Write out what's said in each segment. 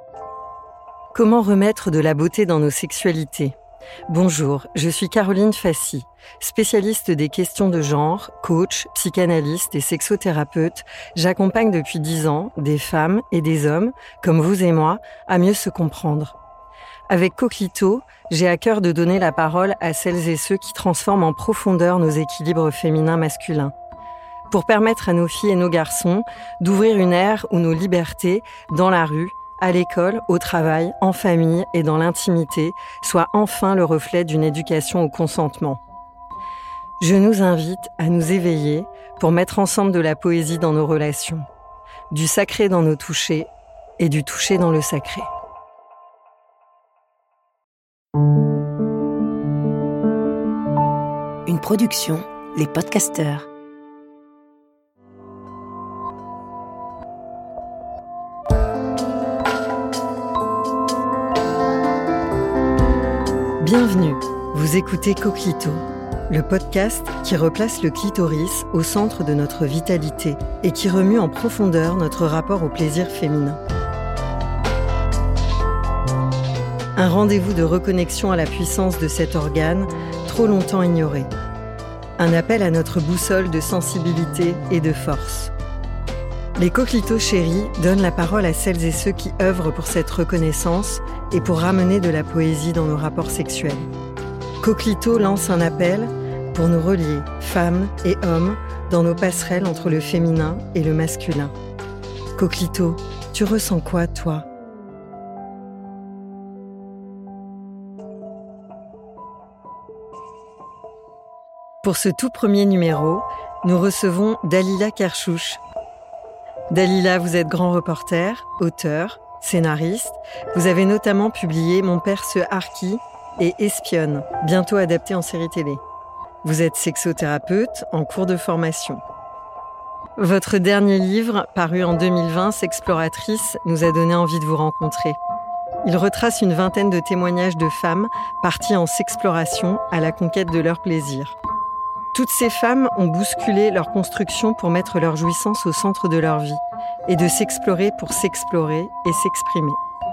Comment remettre de la beauté dans nos sexualités ? Bonjour, je suis Caroline Fassi, spécialiste des questions de genre, coach, psychanalyste et sexothérapeute. J'accompagne depuis 10 ans des femmes et des hommes, comme vous et moi, à mieux se comprendre. Avec Coquelicot, j'ai à cœur de donner la parole à celles et ceux qui transforment en profondeur nos équilibres féminins-masculins. Pour permettre à nos filles et nos garçons d'ouvrir une ère où nos libertés, dans la rue, à l'école, au travail, en famille et dans l'intimité, soient enfin le reflet d'une éducation au consentement. Je nous invite à nous éveiller pour mettre ensemble de la poésie dans nos relations, du sacré dans nos touchés et du touché dans le sacré. Une production, Les Podcasteurs. Bienvenue, vous écoutez Coquelicot, le podcast qui replace le clitoris au centre de notre vitalité et qui remue en profondeur notre rapport au plaisir féminin. Un rendez-vous de reconnexion à la puissance de cet organe trop longtemps ignoré. Un appel à notre boussole de sensibilité et de force. Les Coquelicots chéris donnent la parole à celles et ceux qui œuvrent pour cette reconnaissance et pour ramener de la poésie dans nos rapports sexuels. Coquelicot lance un appel pour nous relier, femmes et hommes, dans nos passerelles entre le féminin et le masculin. Coquelicot, tu ressens quoi, toi ? Pour ce tout premier numéro, nous recevons Dalila Kershouch. Dalila, vous êtes grand reporter, auteur, scénariste. Vous avez notamment publié Mon père se harkit et Espionne, bientôt adapté en série télé. Vous êtes sexothérapeute en cours de formation. Votre dernier livre, paru en 2020, Sexploratrice, nous a donné envie de vous rencontrer. Il retrace une vingtaine de témoignages de femmes parties en sexploration à la conquête de leur plaisir. Toutes ces femmes ont bousculé leur construction pour mettre leur jouissance au centre de leur vie et de s'explorer pour s'explorer et s'exprimer.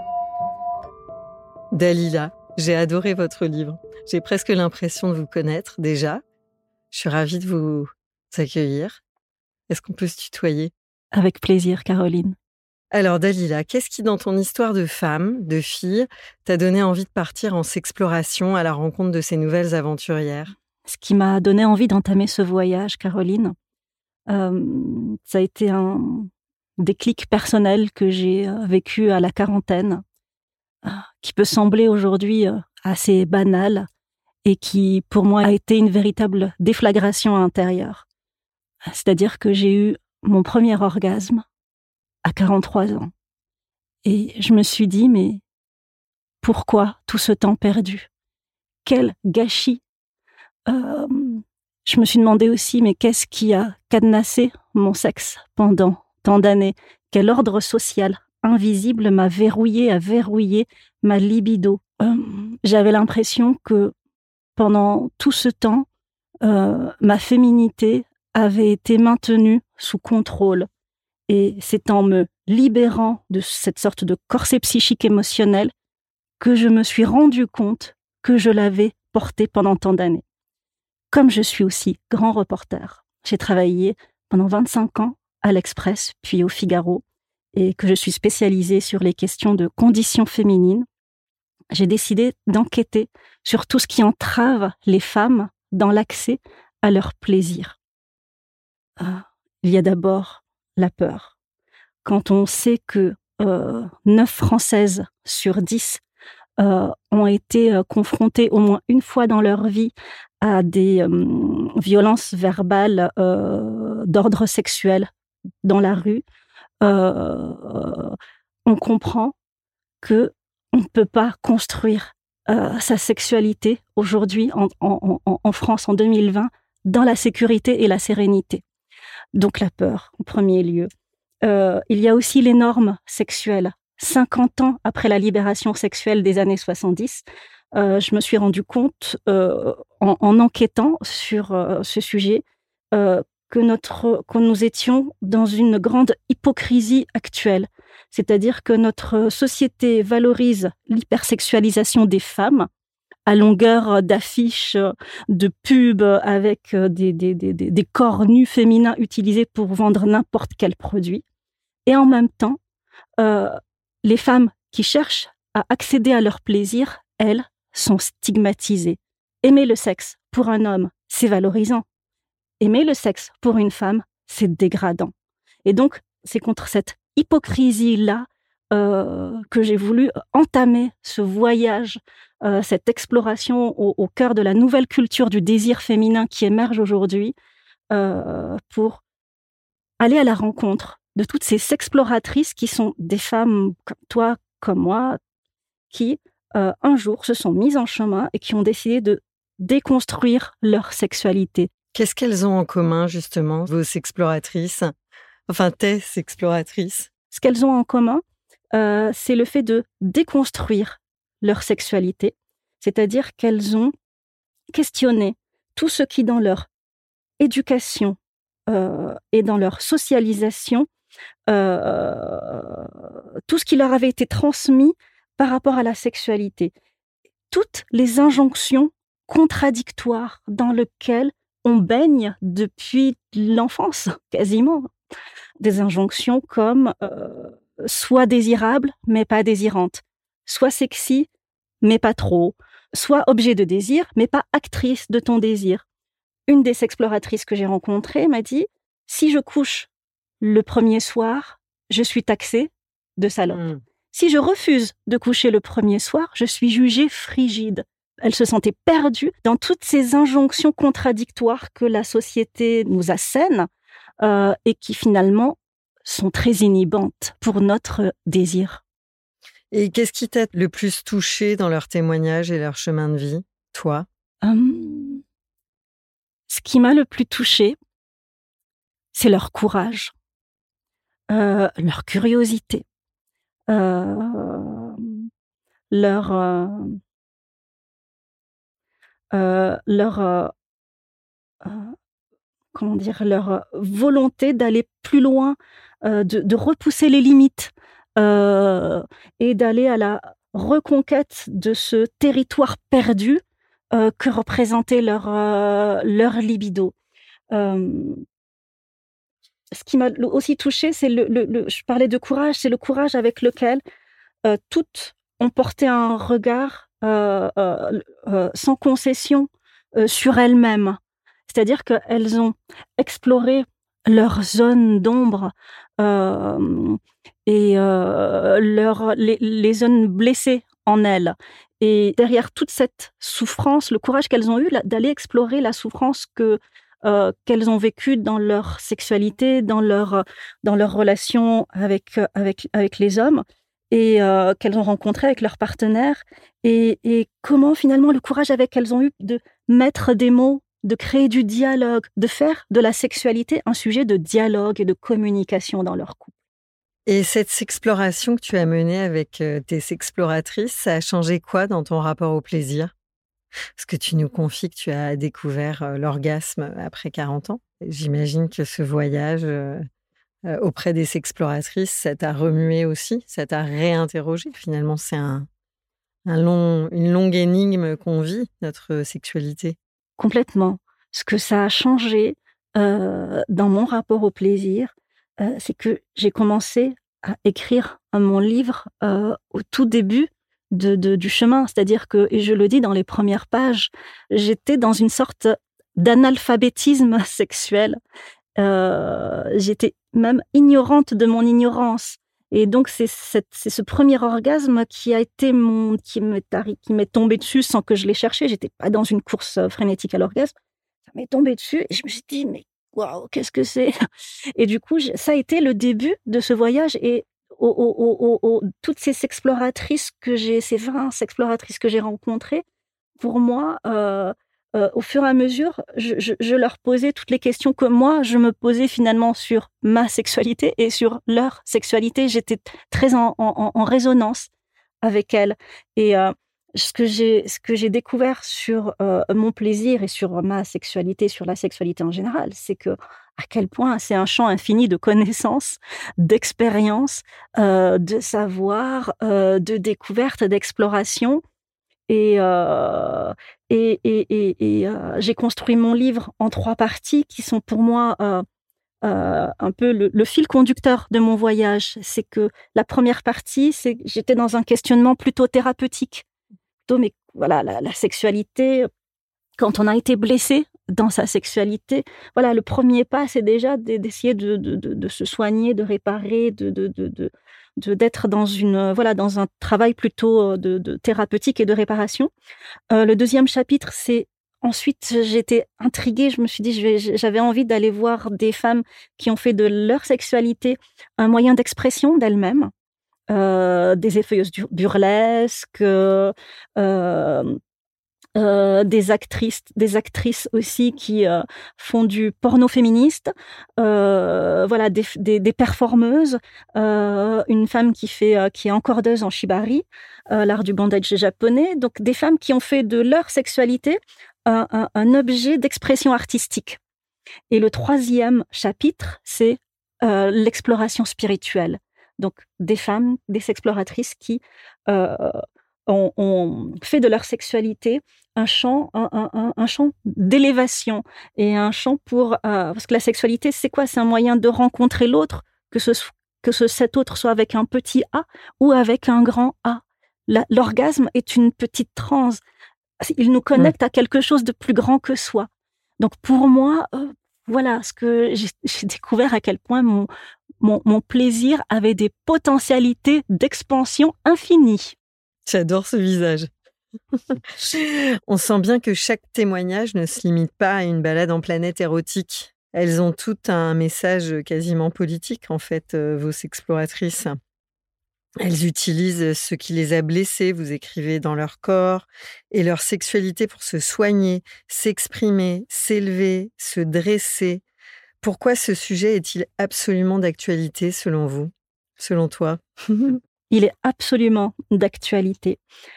Dalila, j'ai adoré votre livre. J'ai presque l'impression de vous connaître déjà. Je suis ravie de vous accueillir. Est-ce qu'on peut se tutoyer ? Avec plaisir, Caroline. Alors Dalila, qu'est-ce qui dans ton histoire de femme, de fille, t'a donné envie de partir en sexploration à la rencontre de ces nouvelles aventurières ? Ce qui m'a donné envie d'entamer ce voyage, Caroline, ça a été un déclic personnel que j'ai vécu à la quarantaine, qui peut sembler aujourd'hui assez banal et qui, pour moi, a été une véritable déflagration intérieure. C'est-à-dire que j'ai eu mon premier orgasme à 43 ans. Et je me suis dit, mais pourquoi tout ce temps perdu ? Quel gâchis ! Je me suis demandé aussi, mais qu'est-ce qui a cadenassé mon sexe pendant tant d'années ? Quel ordre social invisible m'a a verrouillé ma libido ? J'avais l'impression que pendant tout ce temps, ma féminité avait été maintenue sous contrôle. Et c'est en me libérant de cette sorte de corset psychique émotionnel que je me suis rendu compte que je l'avais porté pendant tant d'années. Comme je suis aussi grand reporter, j'ai travaillé pendant 25 ans à l'Express, puis au Figaro, et que je suis spécialisée sur les questions de conditions féminines, j'ai décidé d'enquêter sur tout ce qui entrave les femmes dans l'accès à leur plaisir. Il y a d'abord la peur. Quand on sait que 9 Françaises sur 10 ont été confrontées au moins une fois dans leur vie à des violences verbales d'ordre sexuel dans la rue, on comprend que on ne peut pas construire sa sexualité aujourd'hui en France en 2020 dans la sécurité et la sérénité. Donc la peur en premier lieu. Il y a aussi les normes sexuelles. 50 ans après la libération sexuelle des années 70, je me suis rendu compte, en enquêtant sur ce sujet, que nous étions dans une grande hypocrisie actuelle. c'est-à-dire que notre société valorise l'hypersexualisation des femmes à longueur d'affiches, de pubs avec des corps nus féminins utilisés pour vendre n'importe quel produit. Et en même temps, les femmes qui cherchent à accéder à leur plaisir, elles, sont stigmatisées. Aimer le sexe pour un homme, c'est valorisant. Aimer le sexe pour une femme, c'est dégradant. Et donc, c'est contre cette hypocrisie-là que j'ai voulu entamer ce voyage, cette exploration au cœur de la nouvelle culture du désir féminin qui émerge aujourd'hui, pour aller à la rencontre de toutes ces sexploratrices qui sont des femmes comme toi, comme moi, qui un jour se sont mises en chemin et qui ont décidé de déconstruire leur sexualité. Qu'est-ce qu'elles ont en commun, justement, vos sexploratrices? Enfin, tes sexploratrices? Ce qu'elles ont en commun, c'est le fait de déconstruire leur sexualité, c'est-à-dire qu'elles ont questionné tout ce qui, dans leur éducation et dans leur socialisation, tout ce qui leur avait été transmis par rapport à la sexualité. Toutes les injonctions contradictoires dans lesquelles on baigne depuis l'enfance, quasiment. Des injonctions comme sois désirable, mais pas désirante. Sois sexy, mais pas trop. Sois objet de désir, mais pas actrice de ton désir. Une des exploratrices que j'ai rencontrées m'a dit « Si je couche le premier soir, je suis taxée de salope. Si je refuse de coucher le premier soir, je suis jugée frigide. » Elle se sentait perdue dans toutes ces injonctions contradictoires que la société nous assène et qui finalement sont très inhibantes pour notre désir. Et qu'est-ce qui t'a le plus touché dans leurs témoignages et leur chemin de vie, toi? Ce qui m'a le plus touchée, c'est leur courage, leur curiosité, leur volonté d'aller plus loin, de repousser les limites et d'aller à la reconquête de ce territoire perdu que représentait leur libido. Ce qui m'a aussi touchée, c'est je parlais de courage, c'est le courage avec lequel toutes ont porté un regard sans concession sur elles-mêmes. C'est-à-dire qu'elles ont exploré leur zone d'ombre et les zones blessées en elles. Et derrière toute cette souffrance, le courage qu'elles ont eu d'aller explorer la souffrance qu'elles ont vécue dans leur sexualité, dans leur relation avec les hommes et qu'elles ont rencontré avec leurs partenaires et comment finalement le courage qu'elles ont eu de mettre des mots, de créer du dialogue, de faire de la sexualité un sujet de dialogue et de communication dans leur couple. Et cette exploration que tu as menée avec tes sexploratrices, ça a changé quoi dans ton rapport au plaisir? Parce que tu nous confies que tu as découvert l'orgasme après 40 ans. J'imagine que ce voyage auprès des sexploratrices, ça t'a remué aussi, ça t'a réinterrogé. Finalement, c'est une longue énigme qu'on vit, notre sexualité. Complètement. Ce que ça a changé dans mon rapport au plaisir, c'est que j'ai commencé à écrire mon livre au tout début du chemin. C'est-à-dire que, et je le dis dans les premières pages, j'étais dans une sorte d'analphabétisme sexuel. J'étais même ignorante de mon ignorance. Et donc, c'est ce premier orgasme qui m'est tombé dessus sans que je l'ai cherché. J'étais pas dans une course frénétique à l'orgasme. Ça m'est tombé dessus et je me suis dit, mais waouh, qu'est-ce que c'est? Et du coup, ça a été le début de ce voyage et toutes ces sexploratrices ces 20 sexploratrices que j'ai rencontrées, pour moi, au fur et à mesure, je leur posais toutes les questions que moi, je me posais finalement sur ma sexualité et sur leur sexualité. J'étais très en résonance avec elles. Et ce que j'ai découvert sur mon plaisir et sur ma sexualité, sur la sexualité en général, c'est que à quel point c'est un champ infini de connaissances, d'expériences, de savoir, de découverte, d'exploration. Et, j'ai construit mon livre en 3 parties qui sont pour moi un peu le fil conducteur de mon voyage. C'est que la première partie, c'est que j'étais dans un questionnement plutôt thérapeutique. Mais voilà, la sexualité, quand on a été blessé dans sa sexualité, voilà, le premier pas, c'est déjà d'essayer de se soigner, de réparer, d'être dans un travail plutôt de thérapeutique et de réparation. Le deuxième chapitre, c'est ensuite, j'étais intriguée, je me suis dit, j'avais envie d'aller voir des femmes qui ont fait de leur sexualité un moyen d'expression d'elles-mêmes. Des effeuilleuses burlesques, des actrices aussi qui font du porno féministe, voilà, des performeuses, une femme qui est encordeuse en shibari, l'art du bondage japonais, donc des femmes qui ont fait de leur sexualité un objet d'expression artistique. Et le troisième chapitre, c'est l'exploration spirituelle. Donc, des femmes, des exploratrices qui ont fait de leur sexualité un champ d'élévation et un champ parce que la sexualité, c'est quoi? C'est un moyen de rencontrer l'autre, cet autre soit avec un petit A ou avec un grand A. L'orgasme est une petite transe. Il nous connecte à quelque chose de plus grand que soi. Donc, pour moi, voilà, ce que j'ai découvert à quel point mon plaisir avait des potentialités d'expansion infinies. J'adore ce visage. On sent bien que chaque témoignage ne se limite pas à une balade en planète érotique. Elles ont toutes un message quasiment politique, en fait, vos exploratrices. Elles utilisent ce qui les a blessées, vous écrivez, dans leur corps et leur sexualité pour se soigner, s'exprimer, s'élever, se dresser. Pourquoi ce sujet est-il absolument d'actualité selon vous, selon toi? Il est absolument d'actualité.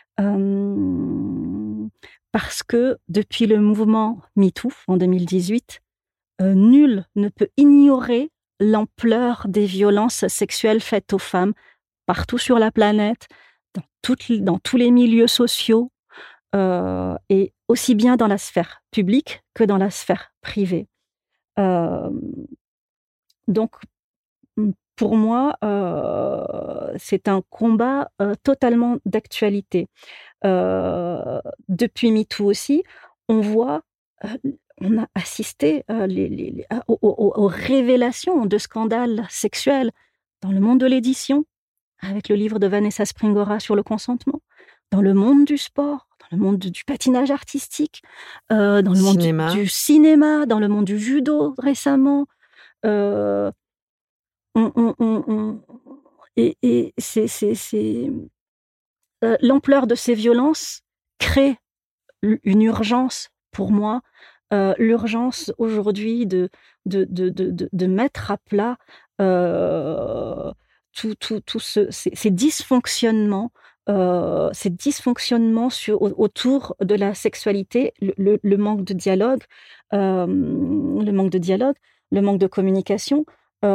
Parce que depuis le mouvement MeToo en 2018, nul ne peut ignorer l'ampleur des violences sexuelles faites aux femmes partout sur la planète, dans tous les milieux sociaux, et aussi bien dans la sphère publique que dans la sphère privée. Donc, pour moi, c'est un combat totalement d'actualité. Depuis MeToo aussi, on a assisté aux révélations de scandales sexuels dans le monde de l'édition, avec le livre de Vanessa Springora sur le consentement, dans le monde du sport, dans le monde du patinage artistique, dans le monde du cinéma, dans le monde du judo récemment. Et c'est l'ampleur de ces violences crée une urgence pour moi, l'urgence aujourd'hui de mettre à plat ces dysfonctionnements, autour de la sexualité, le manque de dialogue, le manque de communication,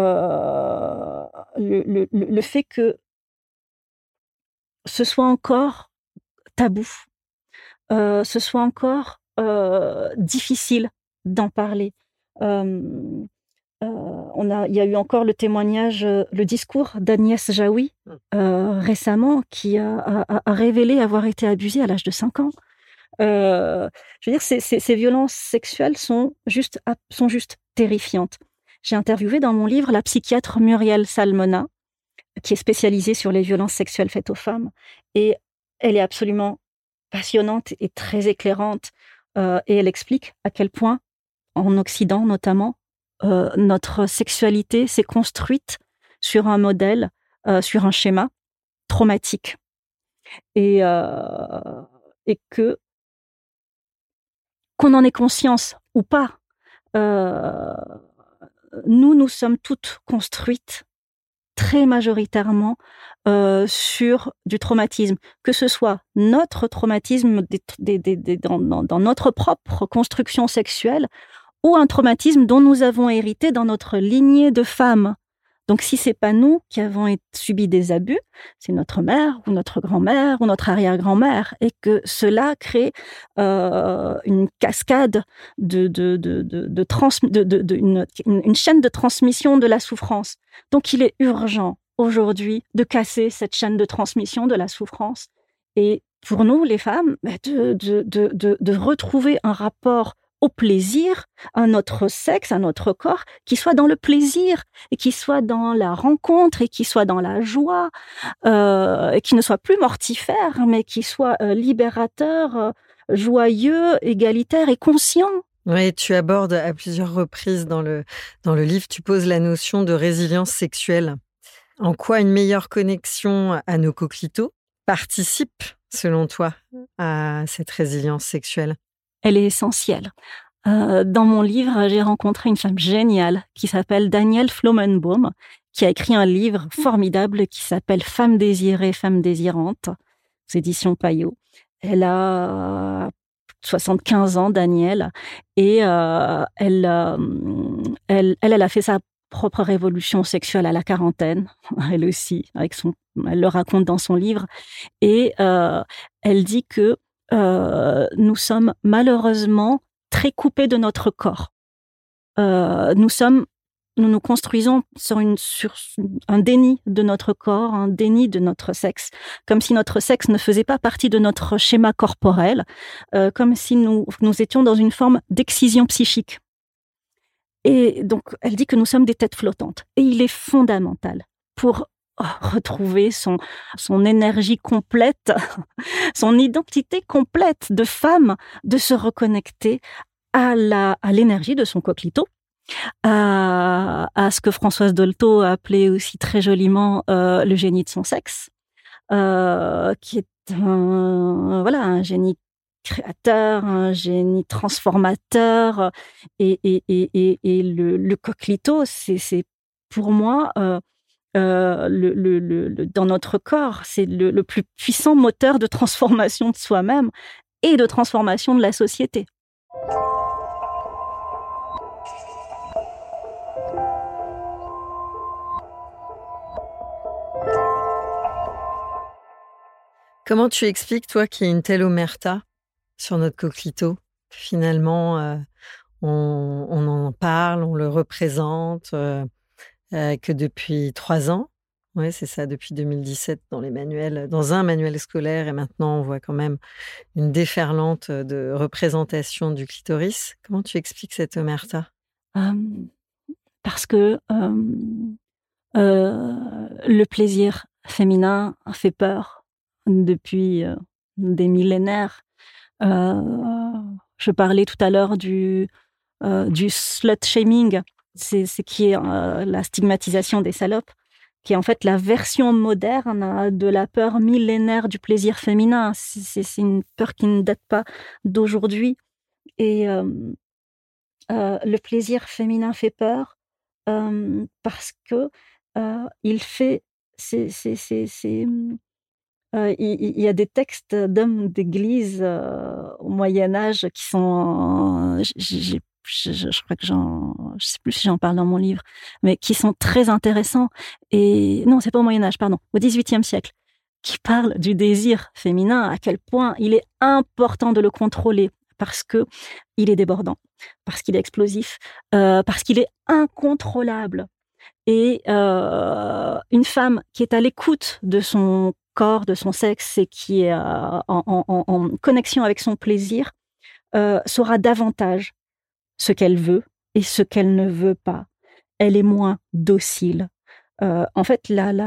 le fait que ce soit encore tabou, ce soit encore difficile d'en parler. Il y a eu encore le témoignage, le discours d'Agnès Jaoui récemment, qui a révélé avoir été abusée à l'âge de 5 ans. Je veux dire, ces violences sexuelles sont juste terrifiantes. J'ai interviewé dans mon livre la psychiatre Muriel Salmona, qui est spécialisée sur les violences sexuelles faites aux femmes, et elle est absolument passionnante et très éclairante, et elle explique à quel point, en Occident notamment, notre sexualité s'est construite sur un modèle, sur un schéma traumatique, et que qu'on en ait conscience ou pas, nous sommes toutes construites très majoritairement sur du traumatisme, que ce soit notre traumatisme dans notre propre construction sexuelle ou un traumatisme dont nous avons hérité dans notre lignée de femmes. Donc, si c'est pas nous qui avons subi des abus, c'est notre mère ou notre grand-mère ou notre arrière-grand-mère, et que cela crée une cascade une chaîne de transmission de la souffrance. Donc, il est urgent aujourd'hui de casser cette chaîne de transmission de la souffrance, et pour nous, les femmes, de retrouver un rapport au plaisir, à notre sexe, à notre corps, qui soit dans le plaisir, et qui soit dans la rencontre, et qui soit dans la joie, et qui ne soit plus mortifère, mais qui soit libérateur, joyeux, égalitaire et conscient. Oui, tu abordes à plusieurs reprises dans le livre, tu poses la notion de résilience sexuelle. En quoi une meilleure connexion à nos coquelicots participe, selon toi, à cette résilience sexuelle ? Elle est essentielle. Dans mon livre, j'ai rencontré une femme géniale qui s'appelle Danielle Flomenbaum, qui a écrit un livre formidable qui s'appelle Femmes désirées, femmes désirantes, aux éditions Payot. Elle a 75 ans, Danielle, et elle a fait sa propre révolution sexuelle à la quarantaine, elle aussi, elle le raconte dans son livre, et elle dit que nous sommes malheureusement très coupés de notre corps. Nous nous construisons sur un déni de notre corps, un déni de notre sexe, comme si notre sexe ne faisait pas partie de notre schéma corporel, comme si nous étions dans une forme d'excision psychique. Et donc, elle dit que nous sommes des têtes flottantes. Et il est fondamental pour retrouver son énergie complète, son identité complète de femme, de se reconnecter à l'énergie de son coquelicot, à ce que Françoise Dolto appelait aussi très joliment le génie de son sexe, qui est un génie créateur, un génie transformateur, et le coquelicot, c'est pour moi dans notre corps, c'est le plus puissant moteur de transformation de soi-même et de transformation de la société. Comment tu expliques, toi, qu'il y ait une telle omerta sur notre coquelicot? Finalement, on en parle, on le représente, que depuis 3 ans. Oui, c'est ça, depuis 2017, dans un manuel scolaire, et maintenant on voit quand même une déferlante de représentation du clitoris. Comment tu expliques cette omerta? Parce que le plaisir féminin fait peur depuis des millénaires. Je parlais tout à l'heure du slut shaming, c'est qui est la stigmatisation des salopes, qui est en fait la version moderne de la peur millénaire du plaisir féminin. C'est une peur qui ne date pas d'aujourd'hui. Et le plaisir féminin fait peur parce que il fait... il y a des textes d'hommes d'église au Moyen-Âge qui sont... je crois que je sais plus si j'en parle dans mon livre, mais qui sont très intéressants. Et non, c'est pas au Moyen-Âge, pardon, au XVIIIe siècle, qui parlent du désir féminin, à quel point il est important de le contrôler, parce que il est débordant, parce qu'il est explosif, parce qu'il est incontrôlable. Et une femme qui est à l'écoute de son corps, de son sexe, et qui est en connexion avec son plaisir, saura davantage ce qu'elle veut et ce qu'elle ne veut pas. Elle est moins docile. En fait,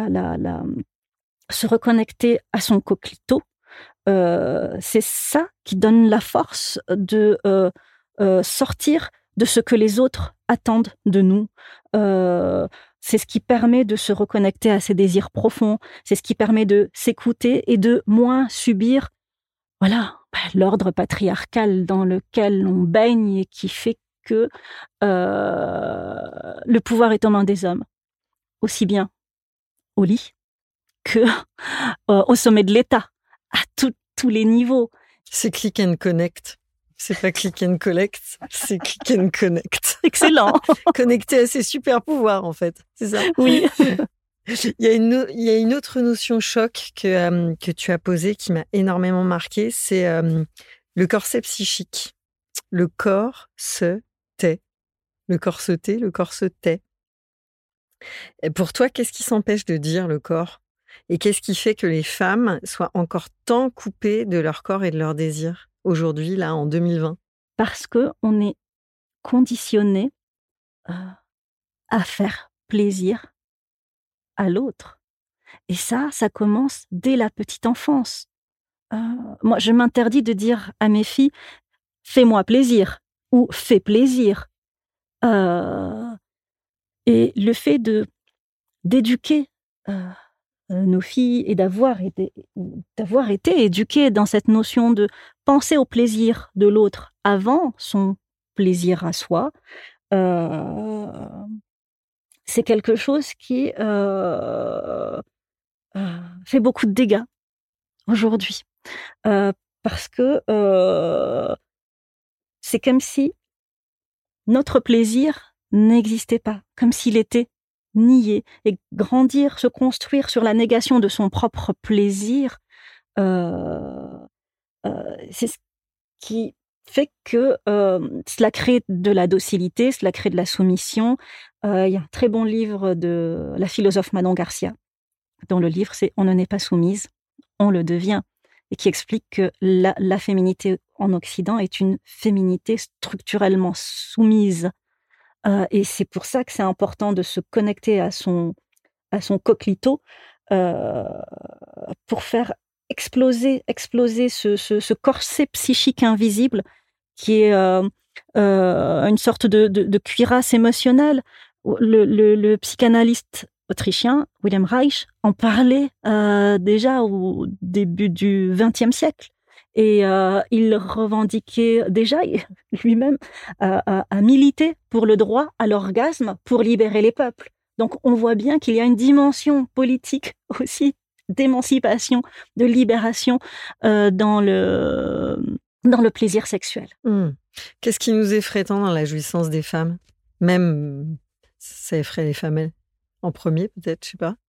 se reconnecter à son coquelicot, c'est ça qui donne la force de sortir de ce que les autres attendent de nous. C'est ce qui permet de se reconnecter à ses désirs profonds. C'est ce qui permet de s'écouter et de moins subir, l'ordre patriarcal dans lequel on baigne et qui fait que le pouvoir est aux mains des hommes, aussi bien au lit que au sommet de l'État, à tous les niveaux. C'est click and connect. C'est pas click and collect, c'est click and connect. Excellent. Connecté à ses super pouvoirs, en fait. C'est ça? Oui. Il y a une autre notion choc que tu as posée qui m'a énormément marquée, c'est le corset psychique. Le corps se tait. Le corps se tait, le corps se tait. Et pour toi, qu'est-ce qui s'empêche de dire le corps? Et qu'est-ce qui fait que les femmes soient encore tant coupées de leur corps et de leurs désirs aujourd'hui, là, en 2020? Parce qu'on est conditionné à faire plaisir à l'autre. Et ça commence dès la petite enfance. Moi, je m'interdis de dire à mes filles « fais-moi plaisir » ou « fais plaisir ». Et le fait d'éduquer nos filles et d'avoir été éduquées dans cette notion de penser au plaisir de l'autre avant son plaisir à soi, c'est quelque chose qui fait beaucoup de dégâts aujourd'hui. Parce que c'est comme si notre plaisir n'existait pas, comme s'il était nié. Et grandir, se construire sur la négation de son propre plaisir, c'est ce qui fait que cela crée de la docilité, cela crée de la soumission. Il y a un très bon livre de la philosophe Manon Garcia, dont le livre c'est « On ne naît pas soumise, on le devient », et qui explique que la féminité en Occident est une féminité structurellement soumise. Et c'est pour ça que c'est important de se connecter à son coquelicot pour faire exploser ce corset psychique invisible qui est une sorte de cuirasse émotionnelle. Le psychanalyste autrichien Wilhelm Reich en parlait déjà au début du XXe siècle. Et il revendiquait déjà, lui-même, à militer pour le droit à l'orgasme pour libérer les peuples. Donc on voit bien qu'il y a une dimension politique aussi d'émancipation, de libération dans le plaisir sexuel. Qu'est-ce qui nous effraie tant dans la jouissance des femmes? Même, ça effraie les femmes en premier, peut-être, je sais pas.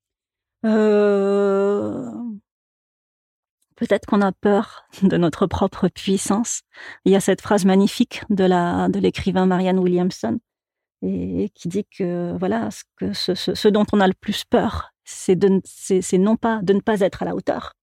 Peut-être qu'on a peur de notre propre puissance. Il y a cette phrase magnifique de l'écrivain Marianne Williamson et qui dit que voilà, ce dont on a le plus peur, c'est non pas de ne pas être à la hauteur,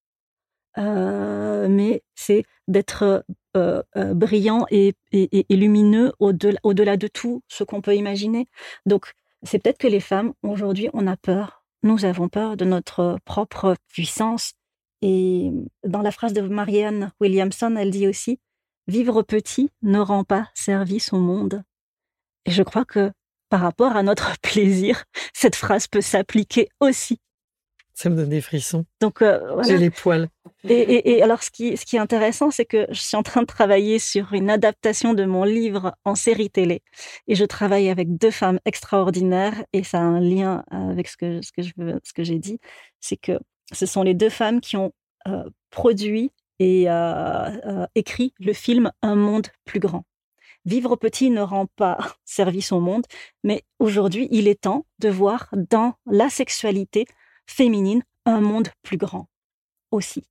mais c'est d'être brillant et lumineux au-delà de tout ce qu'on peut imaginer. Donc, c'est peut-être que les femmes, aujourd'hui, on a peur. Nous avons peur de notre propre puissance. Et dans la phrase de Marianne Williamson, elle dit aussi « Vivre petit ne rend pas service au monde ». Et je crois que par rapport à notre plaisir, cette phrase peut s'appliquer aussi. Ça me donne des frissons. Donc, voilà. J'ai les poils. Et alors, ce qui est intéressant, c'est que je suis en train de travailler sur une adaptation de mon livre en série télé. Et je travaille avec 2 femmes extraordinaires. Et ça a un lien avec ce que j'ai dit. C'est que ce sont les 2 femmes qui ont produit et écrit le film Un monde plus grand. Vivre petit ne rend pas service au monde, mais aujourd'hui, il est temps de voir dans la sexualité féminine un monde plus grand aussi.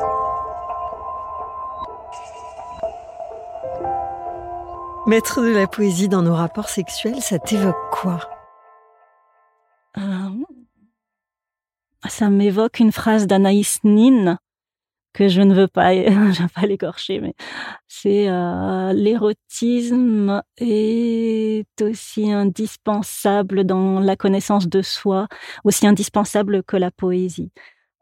Mettre de la poésie dans nos rapports sexuels, ça t'évoque quoi? Ça m'évoque une phrase d'Anaïs Nin que je ne veux pas l'écorcher, mais c'est l'érotisme est aussi indispensable dans la connaissance de soi, aussi indispensable que la poésie.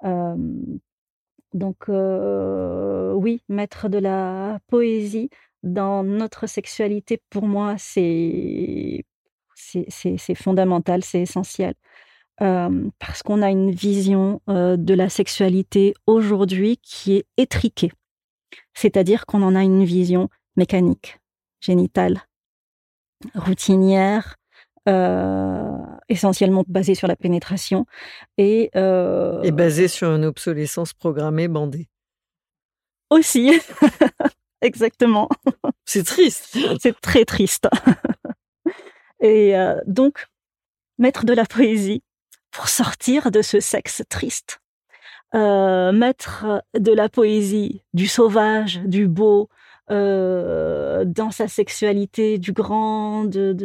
Donc oui, mettre de la poésie dans notre sexualité, pour moi, c'est fondamental, c'est essentiel. Parce qu'on a une vision de la sexualité aujourd'hui qui est étriquée. C'est-à-dire qu'on en a une vision mécanique, génitale, routinière, essentiellement basée sur la pénétration. Et basée sur une obsolescence programmée bandée. Aussi, exactement. C'est triste. C'est très triste. Et donc, mettre de la poésie pour sortir de ce sexe triste. Mettre de la poésie, du sauvage, du beau, dans sa sexualité, du grand,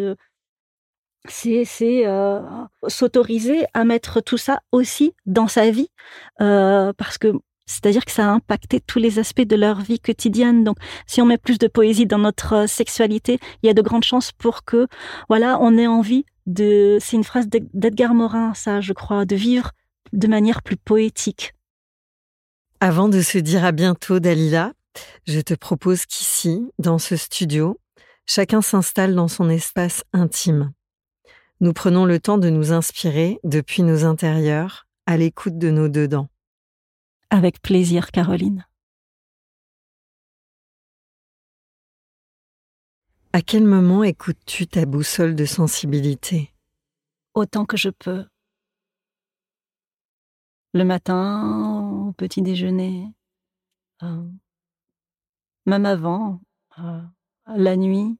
c'est s'autoriser à mettre tout ça aussi dans sa vie, parce que c'est-à-dire que ça a impacté tous les aspects de leur vie quotidienne. Donc, si on met plus de poésie dans notre sexualité, il y a de grandes chances pour que, voilà, on ait envie c'est une phrase d'Edgar Morin, ça, je crois, de vivre de manière plus poétique. Avant de se dire à bientôt, Dalila, je te propose qu'ici, dans ce studio, chacun s'installe dans son espace intime. Nous prenons le temps de nous inspirer depuis nos intérieurs, à l'écoute de nos dedans. Avec plaisir, Caroline. À quel moment écoutes-tu ta boussole de sensibilité ? Autant que je peux. Le matin, au petit déjeuner, même avant, la nuit,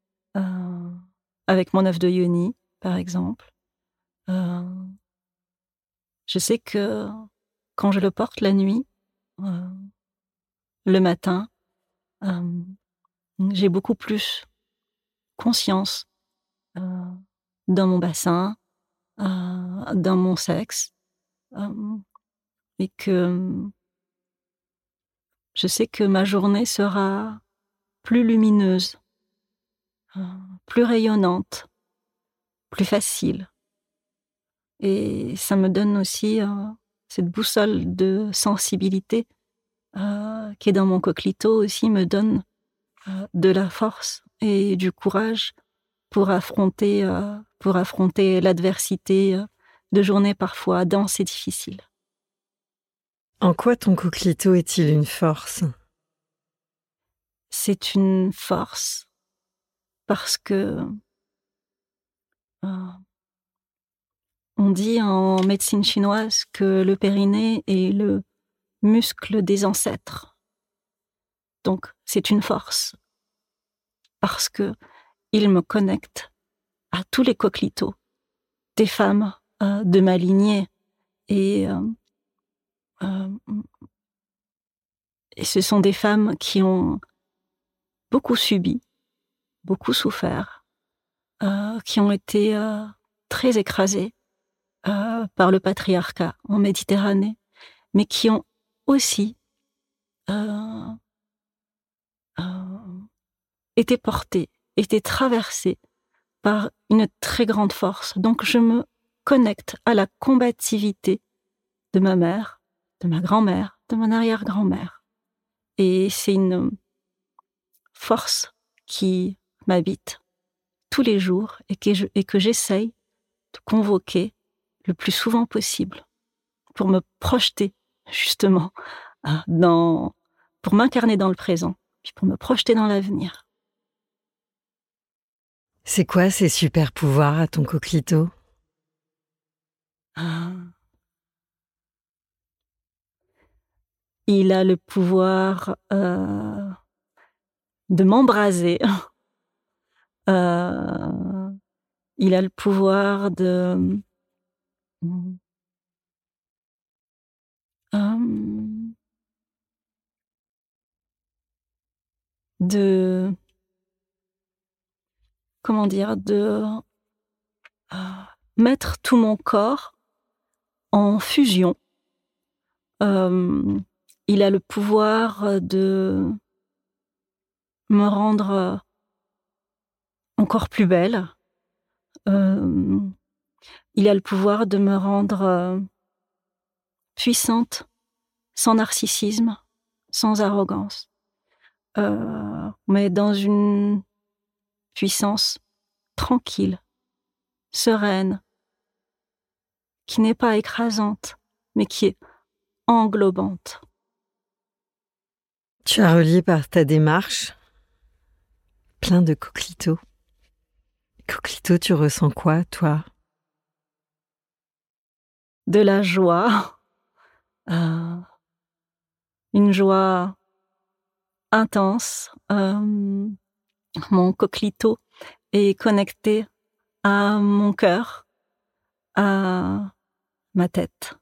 avec mon œuf de yoni, par exemple. Je sais que quand je le porte la nuit, le matin, j'ai beaucoup plus conscience dans mon bassin, dans mon sexe, et que je sais que ma journée sera plus lumineuse, plus rayonnante, plus facile. Et ça me donne aussi cette boussole de sensibilité qui est dans mon coquelicot aussi, me donne de la force et du courage pour affronter l'adversité de journées parfois denses et difficiles. En quoi ton coquelicot est-il une force ? C'est une force parce que on dit en médecine chinoise que le périnée est le muscle des ancêtres. Donc, c'est une force parce que il me connecte à tous les coquelicots des femmes de ma lignée et ce sont des femmes qui ont beaucoup subi, beaucoup souffert, qui ont été très écrasées par le patriarcat en Méditerranée, mais qui ont aussi été portées, été traversées par une très grande force. Donc je me connecte à la combativité de ma mère, de ma grand-mère, de mon arrière-grand-mère. Et c'est une force qui m'habite tous les jours et que j'essaye de convoquer le plus souvent possible pour me projeter justement pour m'incarner dans le présent, puis pour me projeter dans l'avenir. C'est quoi ces super pouvoirs à ton coquelicot ? Il a le pouvoir de m'embraser. Il a le pouvoir de comment dire, de mettre tout mon corps en fusion. Il a le pouvoir de me rendre encore plus belle. Il a le pouvoir de me rendre puissante, sans narcissisme, sans arrogance, mais dans une puissance tranquille, sereine, qui n'est pas écrasante, mais qui est englobante. Tu as relié par ta démarche plein de coquelicots. Coquelicot, tu ressens quoi, toi? De la joie, une joie intense. Mon coquelicot est connecté à mon cœur, à ma tête,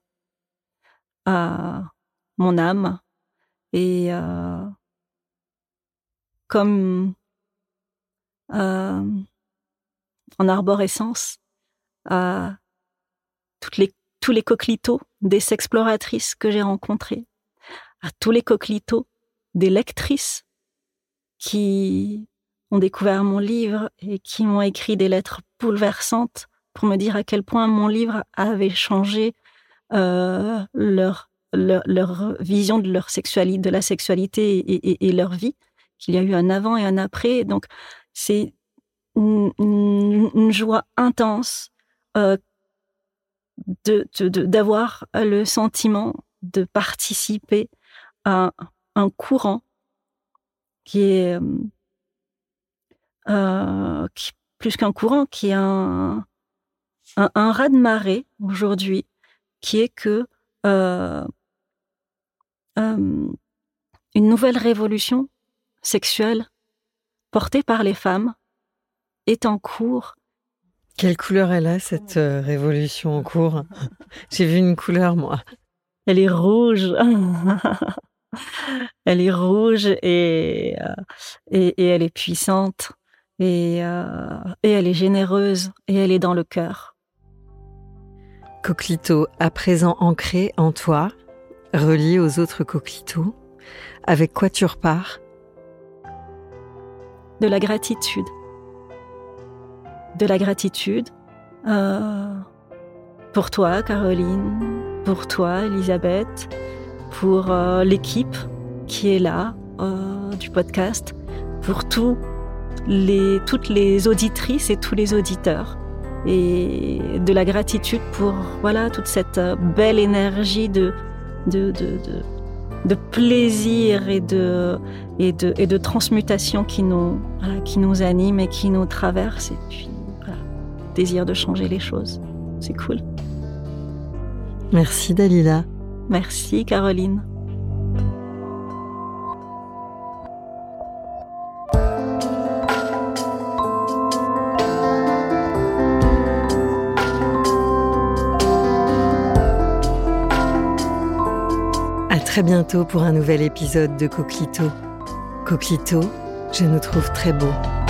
à mon âme, et comme en arborescence à tous les coquelicots des sexploratrices que j'ai rencontrées, à tous les coquelicots des lectrices qui ont découvert mon livre et qui m'ont écrit des lettres bouleversantes pour me dire à quel point mon livre avait changé leur vision de leur sexualité, de la sexualité et leur vie, qu'il y a eu un avant et un après. Donc, c'est une joie intense d'avoir le sentiment de participer à un courant qui est plus qu'un courant, qui est un raz-de-marée aujourd'hui, qui est que une nouvelle révolution sexuelle portée par les femmes est en cours. Quelle couleur elle a, cette révolution en cours? J'ai vu une couleur, moi. Elle est rouge. Elle est rouge et elle est puissante et elle est généreuse et elle est dans le cœur. Coquelicot, à présent ancré en toi, relié aux autres coquelicots, avec quoi tu repars? De la gratitude. De la gratitude pour toi, Caroline, pour toi, Elisabeth, pour l'équipe qui est là du podcast, pour toutes les auditrices et tous les auditeurs, et de la gratitude pour toute cette belle énergie de plaisir et de transmutation qui nous anime et qui nous traverse, et puis désir de changer les choses. C'est cool. Merci Dalila. Merci Caroline. À très bientôt pour un nouvel épisode de Coquelicot. Coquelicot, je nous trouve très beaux.